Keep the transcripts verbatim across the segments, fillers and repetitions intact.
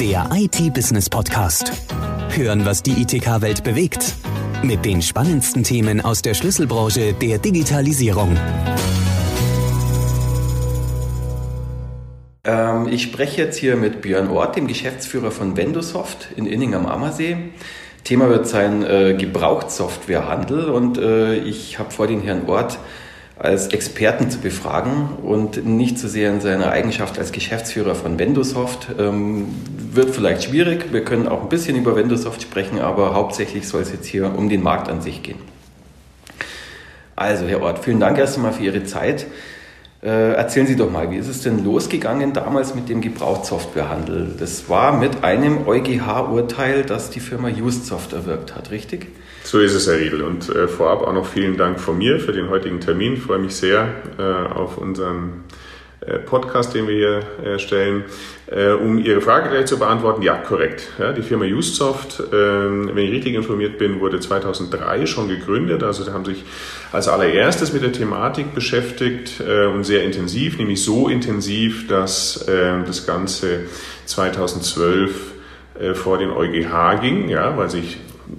Der I T-Business-Podcast. Hören, was die I T K-Welt bewegt. Mit den spannendsten Themen aus der Schlüsselbranche der Digitalisierung. Ähm, ich spreche jetzt hier mit Björn Orth, dem Geschäftsführer von Vendosoft in Inning am Ammersee. Thema wird sein äh, Gebrauchtsoftwarehandel und äh, ich habe vor, den Herrn Orth als Experten zu befragen und nicht so sehr in seiner Eigenschaft als Geschäftsführer von Vendosoft. Ähm, wird vielleicht schwierig, wir können auch ein bisschen über Vendosoft sprechen, aber hauptsächlich soll es jetzt hier um den Markt an sich gehen. Also Herr Orth, vielen Dank erst einmal für Ihre Zeit. Äh, erzählen Sie doch mal, wie ist es denn losgegangen damals mit dem Gebrauchtsoftwarehandel? Das war mit einem EuGH-Urteil, das die Firma Justsoft erwirkt hat, richtig? So ist es, Herr Riedl. Und äh, vorab auch noch vielen Dank von mir für den heutigen Termin. Ich freue mich sehr äh, auf unseren äh, Podcast, den wir hier äh, stellen. Äh, um Ihre Frage gleich zu beantworten, ja, korrekt. Ja, die Firma Justsoft, äh, wenn ich richtig informiert bin, wurde zweitausenddrei schon gegründet. Also da haben sich als allererstes mit der Thematik beschäftigt äh, und sehr intensiv, nämlich so intensiv, dass äh, das Ganze zweitausendzwölf äh, vor den EuGH ging, ja, weil sich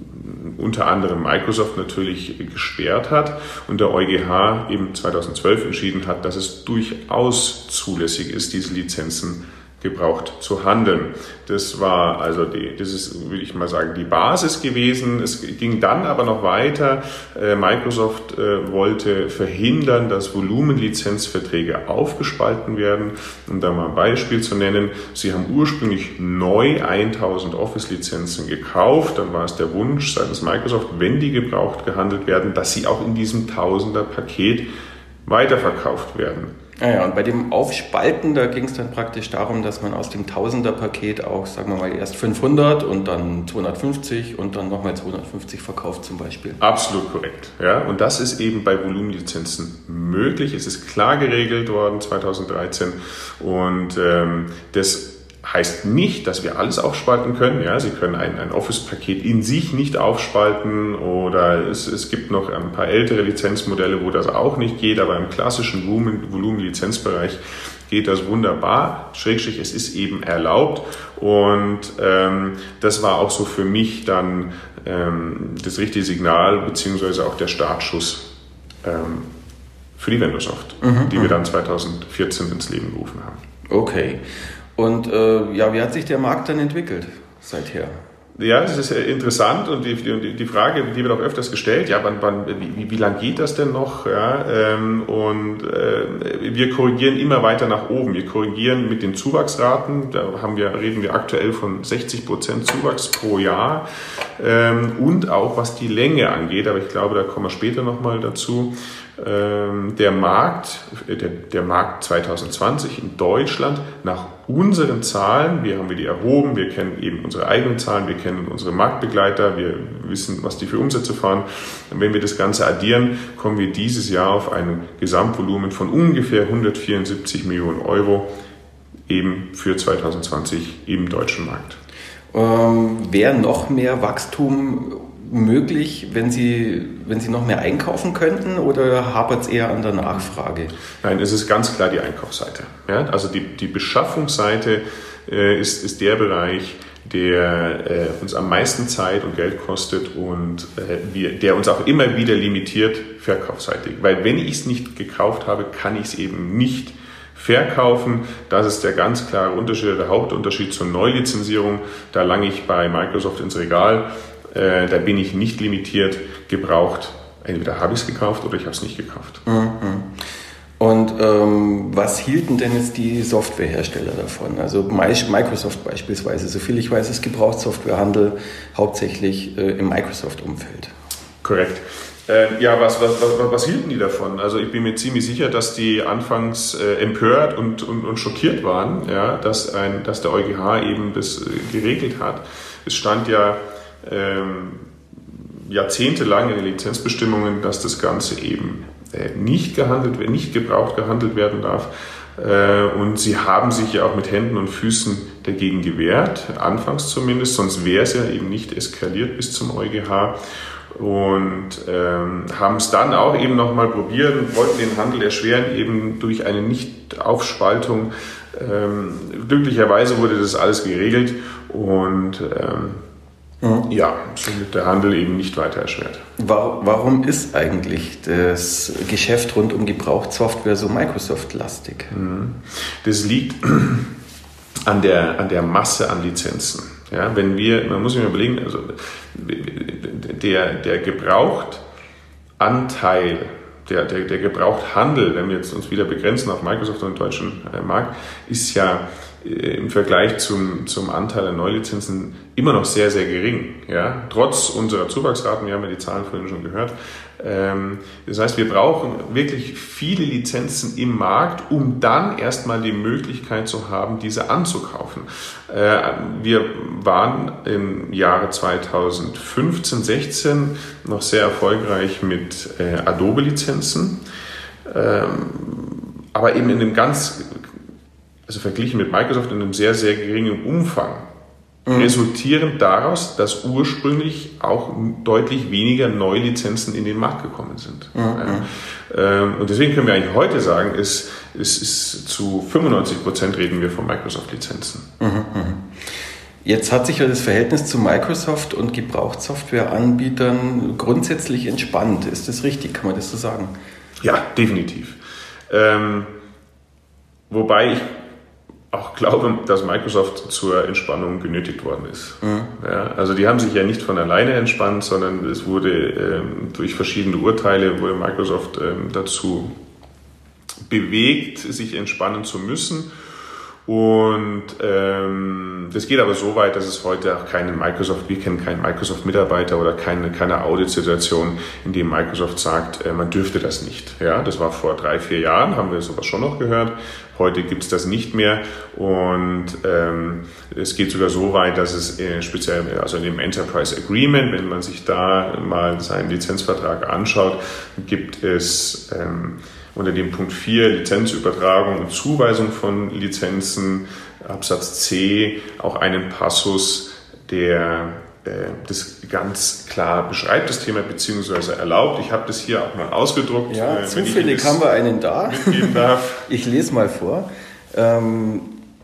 unter anderem Microsoft natürlich gesperrt hat und der EuGH eben zweitausendzwölf entschieden hat, dass es durchaus zulässig ist, diese Lizenzen gebraucht zu handeln. Das war also die, das ist, will ich mal sagen, die Basis gewesen. Es ging dann aber noch weiter. Äh, Microsoft äh, wollte verhindern, dass Volumenlizenzverträge aufgespalten werden. Um da mal ein Beispiel zu nennen: Sie haben ursprünglich neu tausend Office-Lizenzen gekauft. Dann war es der Wunsch seitens Microsoft, wenn die gebraucht gehandelt werden, dass sie auch in diesem Tausender-Paket weiterverkauft werden. Naja, und bei dem Aufspalten, da ging es dann praktisch darum, dass man aus dem Tausender-Paket auch, sagen wir mal, erst fünfhundert und dann zweihundertfünfzig und dann nochmal zweihundertfünfzig verkauft zum Beispiel. Absolut korrekt. Ja, und das ist eben bei Volumenlizenzen möglich. Es ist klar geregelt worden zweitausenddreizehn und ähm, das heißt nicht, dass wir alles aufspalten können. Ja, Sie können ein, ein Office-Paket in sich nicht aufspalten oder es, es gibt noch ein paar ältere Lizenzmodelle, wo das auch nicht geht, aber im klassischen Volumen, Volumenlizenzbereich geht das wunderbar. Schrägstrich, es ist eben erlaubt und ähm, das war auch so für mich dann ähm, das richtige Signal beziehungsweise auch der Startschuss ähm, für die Vendosoft, mhm, die wir dann zweitausendvierzehn ins Leben gerufen haben. Okay. Und äh, ja, wie hat sich der Markt dann entwickelt seither? Ja, das ist interessant und die, die, die Frage, die wird auch öfters gestellt, ja, wann, wann, wie, wie lang geht das denn noch? Ja, ähm, und äh, wir korrigieren immer weiter nach oben. Wir korrigieren mit den Zuwachsraten, da haben wir, reden wir aktuell von sechzig Prozent Zuwachs pro Jahr ähm, und auch was die Länge angeht, aber ich glaube, da kommen wir später nochmal dazu. Ähm, der Markt, der, der Markt zweitausendzwanzig in Deutschland nach unseren Zahlen, wir haben wir die erhoben, wir kennen eben unsere eigenen Zahlen, wir kennen unsere Marktbegleiter, wir wissen, was die für Umsätze fahren. Und wenn wir das Ganze addieren, kommen wir dieses Jahr auf ein Gesamtvolumen von ungefähr hundertvierundsiebzig Millionen Euro eben für zweitausendzwanzig im deutschen Markt. Ähm, wäre noch mehr Wachstum möglich, wenn Sie, wenn Sie noch mehr einkaufen könnten oder hapert es eher an der Nachfrage? Nein, es ist ganz klar die Einkaufsseite. Ja, also die, die Beschaffungsseite äh, ist, ist der Bereich, der äh, uns am meisten Zeit und Geld kostet und äh, wir, der uns auch immer wieder limitiert verkaufsseitig. Weil wenn ich es nicht gekauft habe, kann ich es eben nicht verkaufen. Das ist der ganz klare Unterschied, der Hauptunterschied zur Neulizenzierung. Da lange ich bei Microsoft ins Regal. Äh, da bin ich nicht limitiert, gebraucht. Entweder habe ich es gekauft oder ich habe es nicht gekauft. Mhm. Und ähm, was hielten denn jetzt die Softwarehersteller davon? Also Microsoft beispielsweise, soviel ich weiß, ist Gebrauchtsoftwarehandel hauptsächlich äh, im Microsoft-Umfeld. Korrekt. Äh, ja, was, was, was, was hielten die davon? Also ich bin mir ziemlich sicher, dass die anfangs äh, empört und, und, und schockiert waren, ja, dass, ein, dass der EuGH eben das äh, geregelt hat. Es stand ja Ähm, jahrzehntelang in den Lizenzbestimmungen, dass das Ganze eben äh, nicht gehandelt, nicht gebraucht gehandelt werden darf. Äh, und sie haben sich ja auch mit Händen und Füßen dagegen gewehrt, anfangs zumindest, sonst wäre es ja eben nicht eskaliert bis zum EuGH. Und ähm, haben es dann auch eben nochmal probiert, wollten den Handel erschweren, eben durch eine Nicht-Aufspaltung Ähm, glücklicherweise wurde das alles geregelt und ähm, mhm. ja, somit der Handel eben nicht weiter erschwert. Warum ist eigentlich das Geschäft rund um Gebrauchtsoftware so Microsoft-lastig? Das liegt an der, an der Masse an Lizenzen. Ja, wenn wir, man muss sich mal überlegen, also der, der Gebrauchtanteil, der, der, der Gebrauchthandel, wenn wir jetzt uns wieder begrenzen auf Microsoft und den deutschen Markt, ist ja im Vergleich zum, zum Anteil an Neulizenzen immer noch sehr, sehr gering. Ja? Trotz unserer Zuwachsraten, wir haben ja die Zahlen vorhin schon gehört. Ähm, das heißt, wir brauchen wirklich viele Lizenzen im Markt, um dann erstmal die Möglichkeit zu haben, diese anzukaufen. Äh, wir waren im Jahre zweitausendfünfzehn, sechzehn noch sehr erfolgreich mit äh, Adobe-Lizenzen, ähm, aber eben in einem ganz also verglichen mit Microsoft in einem sehr, sehr geringen Umfang, mhm. resultierend daraus, dass ursprünglich auch deutlich weniger Neulizenzen in den Markt gekommen sind. Mhm. Ja. Und deswegen können wir eigentlich heute sagen, es, es ist zu fünfundneunzig Prozent reden wir von Microsoft-Lizenzen. Mhm. Jetzt hat sich ja das Verhältnis zu Microsoft und Gebrauchtsoftwareanbietern grundsätzlich entspannt. Ist das richtig? Kann man das so sagen? Ja, definitiv. Ähm, wobei ich auch glaube, dass Microsoft zur Entspannung genötigt worden ist. Mhm. Ja, also die haben sich ja nicht von alleine entspannt, sondern es wurde ähm, durch verschiedene Urteile wurde Microsoft ähm, dazu bewegt, sich entspannen zu müssen. Und ähm, das geht aber so weit, dass es heute auch keinen Microsoft, wir kennen keinen Microsoft-Mitarbeiter oder keine, keine Audit-Situation, in dem Microsoft sagt, äh, man dürfte das nicht. Ja, das war vor drei, vier Jahren, haben wir sowas schon noch gehört. Heute gibt es das nicht mehr und ähm, es geht sogar so weit, dass es äh, speziell also in dem Enterprise Agreement, wenn man sich da mal seinen Lizenzvertrag anschaut, gibt es ähm, unter dem Punkt vier Lizenzübertragung und Zuweisung von Lizenzen, Absatz C, auch einen Passus, der äh, das ganz klar beschreibt, das Thema, beziehungsweise erlaubt. Ich habe das hier auch mal ausgedruckt. Ja, äh, zufällig haben wir einen da. Darf. Ich lese mal vor. Ähm,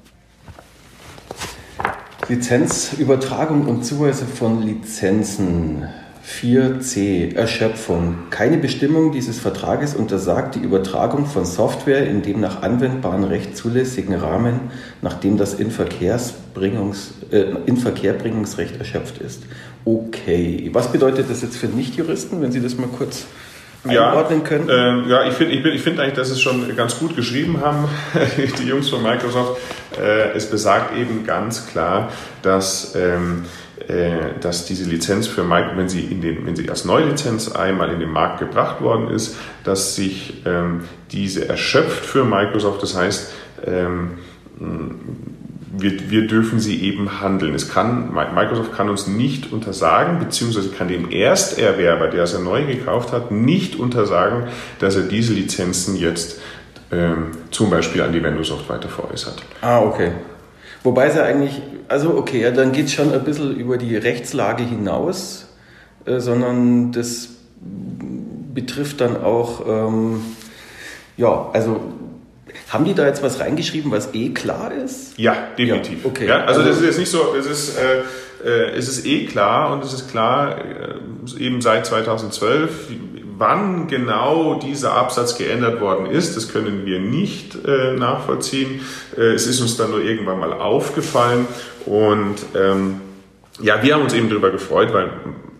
Lizenzübertragung und Zuweisung von Lizenzen. vier c Erschöpfung. Keine Bestimmung dieses Vertrages untersagt die Übertragung von Software in dem nach anwendbaren Recht zulässigen Rahmen, nachdem das Inverkehrsbringungs, äh, Inverkehrbringungsrecht erschöpft ist. Okay. Was bedeutet das jetzt für Nichtjuristen, wenn Sie das mal kurz einordnen können? Ja, äh, ja ich finde ich find, ich find eigentlich, dass Sie es schon ganz gut geschrieben haben, die Jungs von Microsoft. Äh, es besagt eben ganz klar, dass ähm, dass diese Lizenz für Microsoft, wenn sie, in den, wenn sie als Neulizenz einmal in den Markt gebracht worden ist, dass sich ähm, diese erschöpft für Microsoft. Das heißt, ähm, wir, wir dürfen sie eben handeln. Es kann, Microsoft kann uns nicht untersagen, beziehungsweise kann dem Ersterwerber, der es ja neu gekauft hat, nicht untersagen, dass er diese Lizenzen jetzt ähm, zum Beispiel an die Vendosoft weiter veräußert. Ah, okay. Wobei es ja eigentlich, also okay, ja, dann geht es schon ein bisschen über die Rechtslage hinaus, äh, sondern das betrifft dann auch, ähm, ja, also haben die da jetzt was reingeschrieben, was eh klar ist? Ja, definitiv. Ja, okay. Ja, also, also das ist jetzt nicht so, es ist, äh, äh, es ist eh klar und es ist klar, äh, eben seit zweitausendzwölf, wann genau dieser Absatz geändert worden ist, das können wir nicht äh, nachvollziehen. Äh, es ist uns dann nur irgendwann mal aufgefallen und ähm, ja, wir haben uns eben darüber gefreut, weil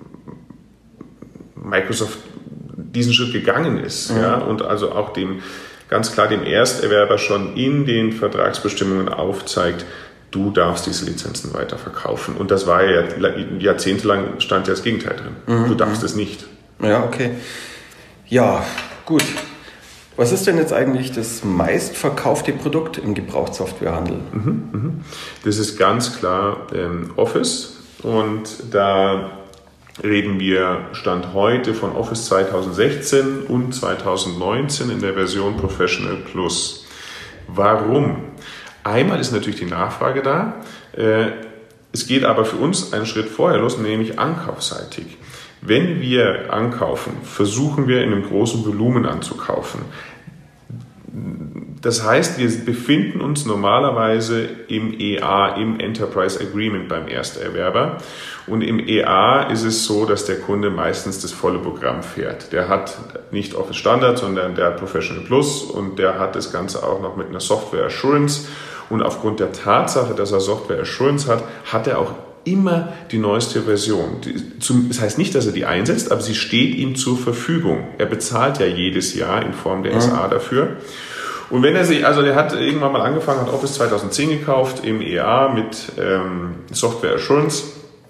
Microsoft diesen Schritt gegangen ist, mhm. ja, und also auch dem ganz klar dem Ersterwerber schon in den Vertragsbestimmungen aufzeigt, du darfst diese Lizenzen weiterverkaufen. Und das war ja jahrzehntelang stand ja das Gegenteil drin. Mhm. Du darfst es nicht. Ja, okay. Ja, gut. Was ist denn jetzt eigentlich das meistverkaufte Produkt im Gebrauchtsoftwarehandel? Mhm, mh. Das ist ganz klar ähm, Office und da reden wir Stand heute von Office zweitausendsechzehn und zweitausendneunzehn in der Version Professional Plus. Warum? Einmal ist natürlich die Nachfrage da. Äh, es geht aber für uns einen Schritt vorher los, nämlich ankaufseitig. Wenn wir ankaufen, versuchen wir in einem großen Volumen anzukaufen. Das heißt, wir befinden uns normalerweise im E A, im Enterprise Agreement beim Ersterwerber. Und im E A ist es so, dass der Kunde meistens das volle Programm fährt. Der hat nicht Office Standard, sondern der hat Professional Plus und der hat das Ganze auch noch mit einer Software Assurance. Und aufgrund der Tatsache, dass er Software Assurance hat, hat er auch immer die neueste Version. Das heißt nicht, dass er die einsetzt, aber sie steht ihm zur Verfügung. Er bezahlt ja jedes Jahr in Form der S A dafür. Und wenn er sich, also der hat irgendwann mal angefangen, hat Office zweitausendzehn gekauft im E A mit ähm, Software Assurance.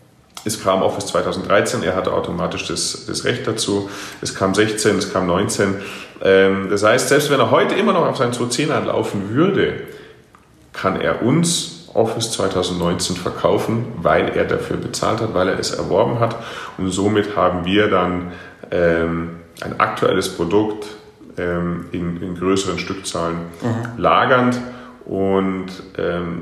Es kam Office zweitausenddreizehn, er hatte automatisch das, das Recht dazu. Es kam sechzehn, es kam neunzehn. Ähm, das heißt, selbst wenn er heute immer noch auf seinen zweitausendzehn anlaufen würde, kann er uns Office zweitausendneunzehn verkaufen, weil er dafür bezahlt hat, weil er es erworben hat. Und somit haben wir dann ähm, ein aktuelles Produkt ähm, in, in größeren Stückzahlen mhm. lagernd und ähm,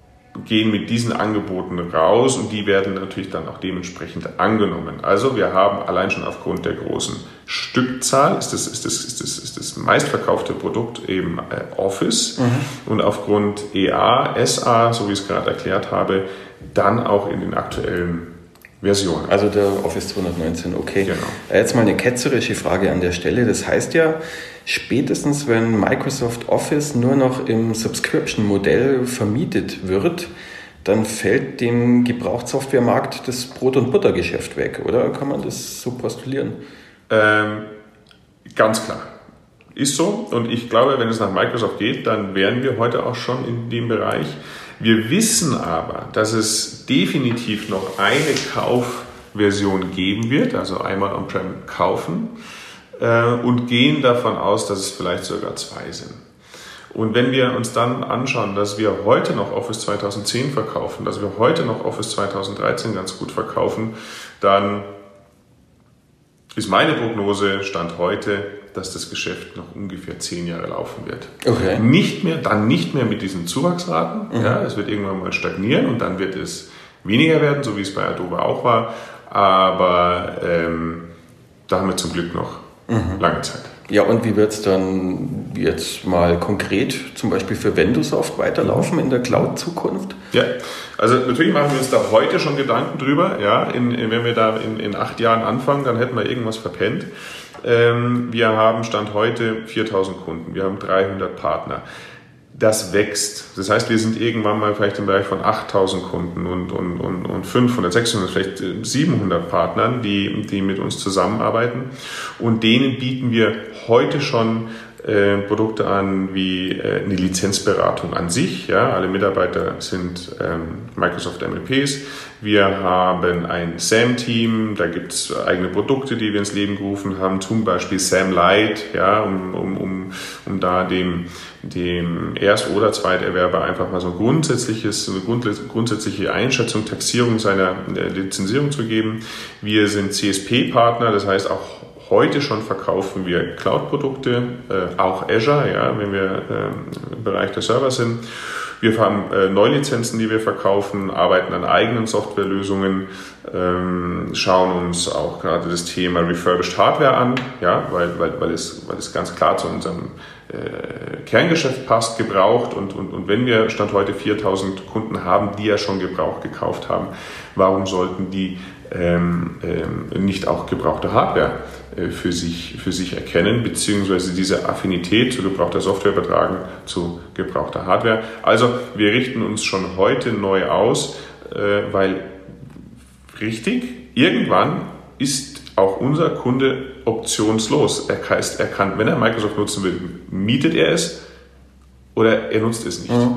gehen mit diesen Angeboten raus und die werden natürlich dann auch dementsprechend angenommen. Also wir haben allein schon aufgrund der großen Stückzahl, ist das, ist das, ist das, ist das meistverkaufte Produkt eben äh, Office mhm. und aufgrund E A, S A, so wie ich es gerade erklärt habe, dann auch in den aktuellen Versionen. Also der Office zweihundertneunzehn, okay. Genau. Jetzt mal eine ketzerische Frage an der Stelle. Das heißt ja, spätestens wenn Microsoft Office nur noch im Subscription-Modell vermietet wird, dann fällt dem Gebrauchtsoftwaremarkt das Brot- und Buttergeschäft weg, oder? Kann man das so postulieren? Ähm, ganz klar. Ist so. Und ich glaube, wenn es nach Microsoft geht, dann wären wir heute auch schon in dem Bereich. Wir wissen aber, dass es definitiv noch eine Kaufversion geben wird, also einmal On-Prem kaufen, äh, und gehen davon aus, dass es vielleicht sogar zwei sind. Und wenn wir uns dann anschauen, dass wir heute noch Office zweitausendzehn verkaufen, dass wir heute noch Office zweitausenddreizehn ganz gut verkaufen, dann ist meine Prognose, Stand heute, dass das Geschäft noch ungefähr zehn Jahre laufen wird. Okay. Nicht mehr, dann nicht mehr mit diesen Zuwachsraten. Mhm. Ja, es wird irgendwann mal stagnieren und dann wird es weniger werden, so wie es bei Adobe auch war. Aber ähm, da haben wir zum Glück noch mhm. lange Zeit. Ja, und wie wird es dann jetzt mal konkret zum Beispiel für Vendosoft weiterlaufen mhm. in der Cloud-Zukunft? Ja, also natürlich machen wir uns da heute schon Gedanken drüber. Ja, in, in, wenn wir da in, in acht Jahren anfangen, dann hätten wir irgendwas verpennt. Ähm, wir haben Stand heute viertausend Kunden, wir haben dreihundert Partner. Das wächst. Das heißt, wir sind irgendwann mal vielleicht im Bereich von achttausend Kunden und, und, und, und fünfhundert, sechshundert, vielleicht siebenhundert Partnern, die, die mit uns zusammenarbeiten. Und denen bieten wir heute schon äh, Produkte an wie äh, eine Lizenzberatung an sich. Ja, alle Mitarbeiter sind ähm, Microsoft M L Ps. Wir haben ein S A M-Team, da gibt es eigene Produkte, die wir ins Leben gerufen haben, zum Beispiel S A M Lite, ja, um, um, um, um da dem, dem Erst- oder Zweiterwerber einfach mal so ein grundsätzliches, eine grundsätzliche Einschätzung, Taxierung seiner Lizenzierung zu geben. Wir sind C S P-Partner, das heißt auch heute schon verkaufen wir Cloud-Produkte, äh, auch Azure, ja, wenn wir äh, im Bereich der Server sind. Wir haben äh, Neulizenzen, die wir verkaufen, arbeiten an eigenen Softwarelösungen, ähm, schauen uns auch gerade das Thema Refurbished Hardware an, ja, weil, weil, weil, es, weil es ganz klar zu unserem äh, Kerngeschäft passt, gebraucht. Und, und, und wenn wir Stand heute viertausend Kunden haben, die ja schon Gebrauch gekauft haben, warum sollten die ähm, ähm, nicht auch gebrauchte Hardware äh, für sich, für sich erkennen, beziehungsweise diese Affinität zu gebrauchter Software übertragen zu gebrauchter Hardware. Also wir richten uns schon heute neu aus, äh, weil richtig, irgendwann ist auch unser Kunde optionslos. Er heißt, er kann, wenn er Microsoft nutzen will, mietet er es oder er nutzt es nicht. Mhm.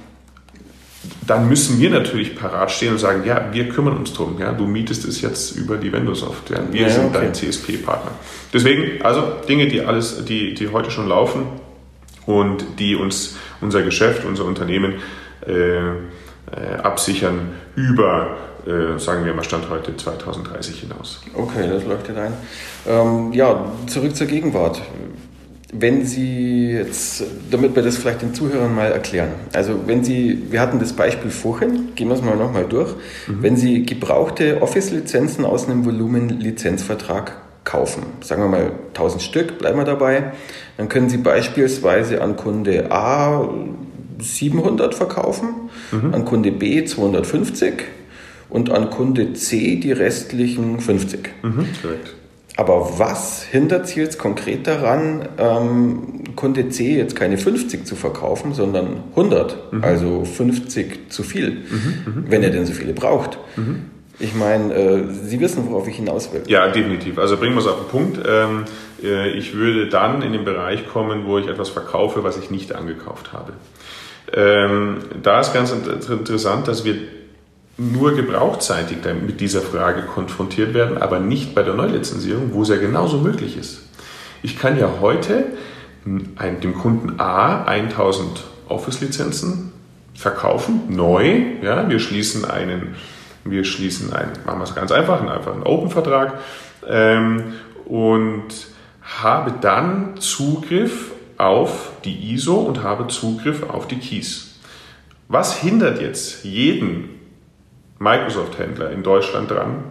Dann müssen wir natürlich parat stehen und sagen, ja, wir kümmern uns drum. Ja, du mietest es jetzt über die Vendosoft. Ja, wir ja, sind okay. dein C S P-Partner. Deswegen, also Dinge, die alles, die, die heute schon laufen und die uns unser Geschäft, unser Unternehmen äh, äh, absichern über, äh, sagen wir mal, Stand heute zweitausenddreißig hinaus. Okay, das leuchtet ein. Ähm, ja, zurück zur Gegenwart. Wenn Sie jetzt, damit wir das vielleicht den Zuhörern mal erklären, also wenn Sie, wir hatten das Beispiel vorhin, gehen wir es mal nochmal durch, mhm. wenn Sie gebrauchte Office-Lizenzen aus einem Volumen-Lizenzvertrag kaufen, sagen wir mal tausend Stück, bleiben wir dabei, dann können Sie beispielsweise an Kunde A siebenhundert verkaufen, mhm. an Kunde B zweihundertfünfzig und an Kunde C die restlichen fünfzig. Mhm, korrekt. Aber was hindert Sie jetzt konkret daran, ähm, Kunde C jetzt keine fünfzig zu verkaufen, sondern hundert, mhm. also fünfzig zu viel, mhm, wenn er denn so viele braucht? Mhm. Ich meine, äh, Sie wissen, worauf ich hinaus will. Ja, definitiv. Also bringen wir es auf den Punkt. Ähm, äh, ich würde dann in den Bereich kommen, wo ich etwas verkaufe, was ich nicht angekauft habe. Ähm, da ist ganz interessant, dass wir nur gebrauchsseitig mit dieser Frage konfrontiert werden, aber nicht bei der Neulizenzierung, wo es ja genauso möglich ist. Ich kann ja heute dem Kunden A tausend Office-Lizenzen verkaufen, neu. Ja, wir schließen einen, wir schließen einen, machen wir es ganz einfach, einen einfachen Open-Vertrag ähm, und habe dann Zugriff auf die I S O und habe Zugriff auf die Keys. Was hindert jetzt jeden Microsoft-Händler in Deutschland dran,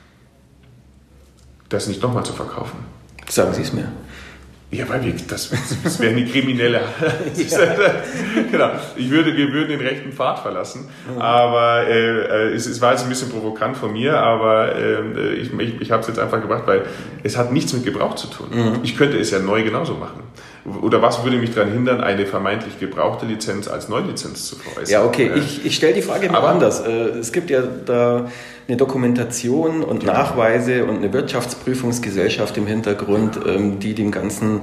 das nicht nochmal zu verkaufen? Sagen Sie es mir. Ja, weil wir, das, das wäre eine kriminelle. Ja. Genau. Ich würde, wir würden den rechten Pfad verlassen. Mhm. Aber äh, es, es war jetzt ein bisschen provokant von mir, aber äh, ich, ich, ich habe es jetzt einfach gebracht, weil es hat nichts mit Gebrauch zu tun. Mhm. Ich könnte es ja neu genauso machen. Oder was würde mich daran hindern, eine vermeintlich gebrauchte Lizenz als Neulizenz zu veräußern? Ja, okay. Ich, ich stelle die Frage mal aber anders. Es gibt ja da eine Dokumentation und ja. Nachweise und eine Wirtschaftsprüfungsgesellschaft im Hintergrund, die dem Ganzen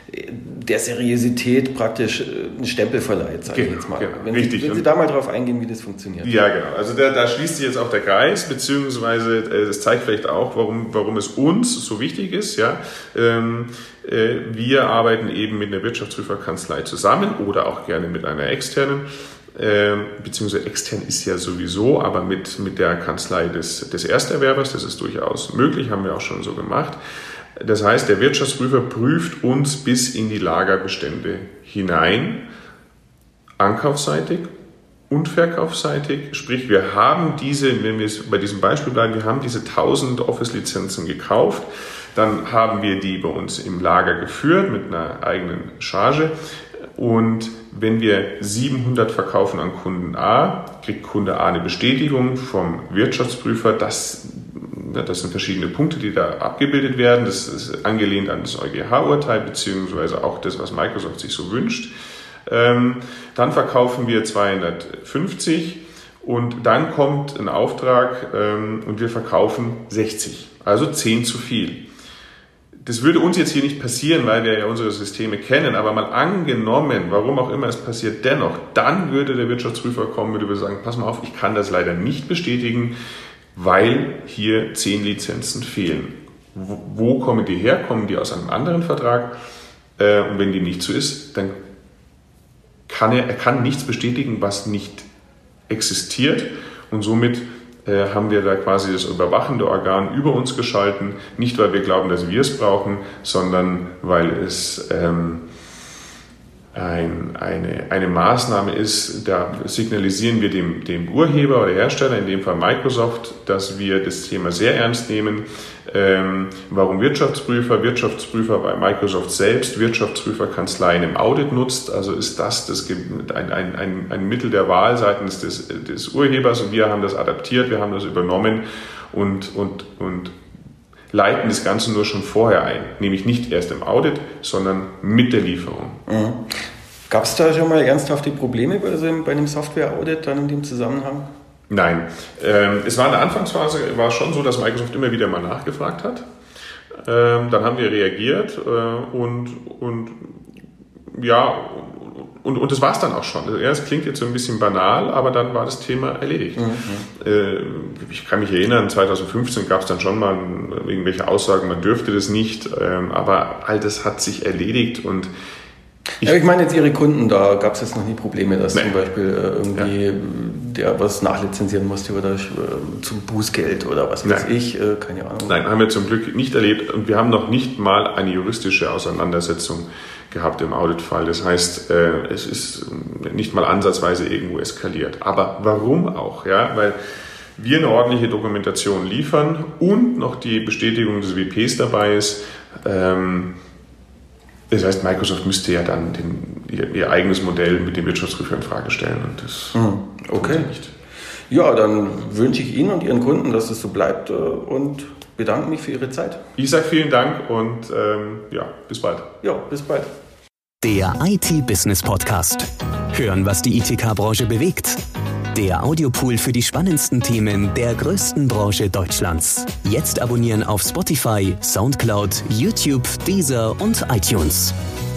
der Seriosität praktisch einen Stempel verleiht, sage ich jetzt mal. Genau, wenn richtig. Sie, wenn Sie da mal drauf eingehen, wie das funktioniert. Ja, genau. Also da, da schließt sich jetzt auch der Kreis, beziehungsweise es zeigt vielleicht auch, warum, warum es uns so wichtig ist. Ja, ähm, äh, wir arbeiten eben mit einer Wirtschaftsprüferkanzlei zusammen oder auch gerne mit einer externen. Ähm, beziehungsweise extern ist ja sowieso, aber mit, mit der Kanzlei des, des Ersterwerbers, das ist durchaus möglich, haben wir auch schon so gemacht. Das heißt, der Wirtschaftsprüfer prüft uns bis in die Lagerbestände hinein, ankaufsseitig und verkaufsseitig. Sprich, wir haben diese, wenn wir bei diesem Beispiel bleiben, wir haben diese tausend Office-Lizenzen gekauft, dann haben wir die bei uns im Lager geführt mit einer eigenen Charge. Und wenn wir siebenhundert verkaufen an Kunden A, kriegt Kunde A eine Bestätigung vom Wirtschaftsprüfer, dass das sind verschiedene Punkte, die da abgebildet werden. Das ist angelehnt an das EuGH-Urteil, beziehungsweise auch das, was Microsoft sich so wünscht. Ähm, dann verkaufen wir zweihundertfünfzig und dann kommt ein Auftrag ähm, und wir verkaufen sechzig, also zehn zu viel. Das würde uns jetzt hier nicht passieren, weil wir ja unsere Systeme kennen, aber mal angenommen, warum auch immer es passiert, dennoch, dann würde der Wirtschaftsprüfer kommen und würde sagen, pass mal auf, ich kann das leider nicht bestätigen, weil hier zehn Lizenzen fehlen. Wo, wo kommen die her? Kommen die aus einem anderen Vertrag? Äh, und wenn die nicht so ist, dann kann er, er kann nichts bestätigen, was nicht existiert. Und somit äh, haben wir da quasi das überwachende Organ über uns geschalten. Nicht, weil wir glauben, dass wir es brauchen, sondern weil es ähm, Ein, eine, eine Maßnahme ist, da signalisieren wir dem, dem Urheber oder Hersteller, in dem Fall Microsoft, dass wir das Thema sehr ernst nehmen. Ähm, warum Wirtschaftsprüfer? Wirtschaftsprüfer bei Microsoft selbst, Wirtschaftsprüferkanzleien im Audit nutzt. Also ist das, das ein, ein, ein, ein Mittel der Wahl seitens des, des Urhebers und wir haben das adaptiert, wir haben das übernommen und, und, und leiten das Ganze nur schon vorher ein, nämlich nicht erst im Audit, sondern mit der Lieferung. Mhm. Gab es da schon mal ernsthafte Probleme bei, so, bei einem Software-Audit dann in dem Zusammenhang? Nein. Ähm, es war in der Anfangsphase war schon so, dass Microsoft immer wieder mal nachgefragt hat. Ähm, dann haben wir reagiert äh, und, und ja, und, und das war es dann auch schon. Also, ja, es klingt jetzt so ein bisschen banal, aber dann war das Thema erledigt. Mhm. Äh, ich kann mich erinnern, zwanzig fünfzehn gab es dann schon mal irgendwelche Aussagen, man dürfte das nicht, ähm, aber all das hat sich erledigt und ich, ja, ich meine jetzt Ihre Kunden, da gab es jetzt noch nie Probleme, dass nee. zum Beispiel äh, irgendwie ja. der was nachlizenzieren musste oder äh, zum Bußgeld oder was weiß Nein. ich, äh, keine Ahnung. Nein, haben wir zum Glück nicht erlebt und wir haben noch nicht mal eine juristische Auseinandersetzung gehabt im Auditfall. Das heißt, äh, es ist nicht mal ansatzweise irgendwo eskaliert. Aber warum auch? Ja, weil wir eine ordentliche Dokumentation liefern und noch die Bestätigung des W Ps dabei ist. Ähm, das heißt, Microsoft müsste ja dann den, ihr, ihr eigenes Modell mit dem Wirtschaftsprüfer in Frage stellen und das mhm. okay. nicht. Ja, dann wünsche ich Ihnen und Ihren Kunden, dass es so bleibt und bedanke mich für Ihre Zeit. Ich sage vielen Dank und ähm, ja, bis bald. Ja, bis bald. Der I T-Business-Podcast. Hören, was die I T K-Branche bewegt. Der Audiopool für die spannendsten Themen der größten Branche Deutschlands. Jetzt abonnieren auf Spotify, Soundcloud, YouTube, Deezer und iTunes.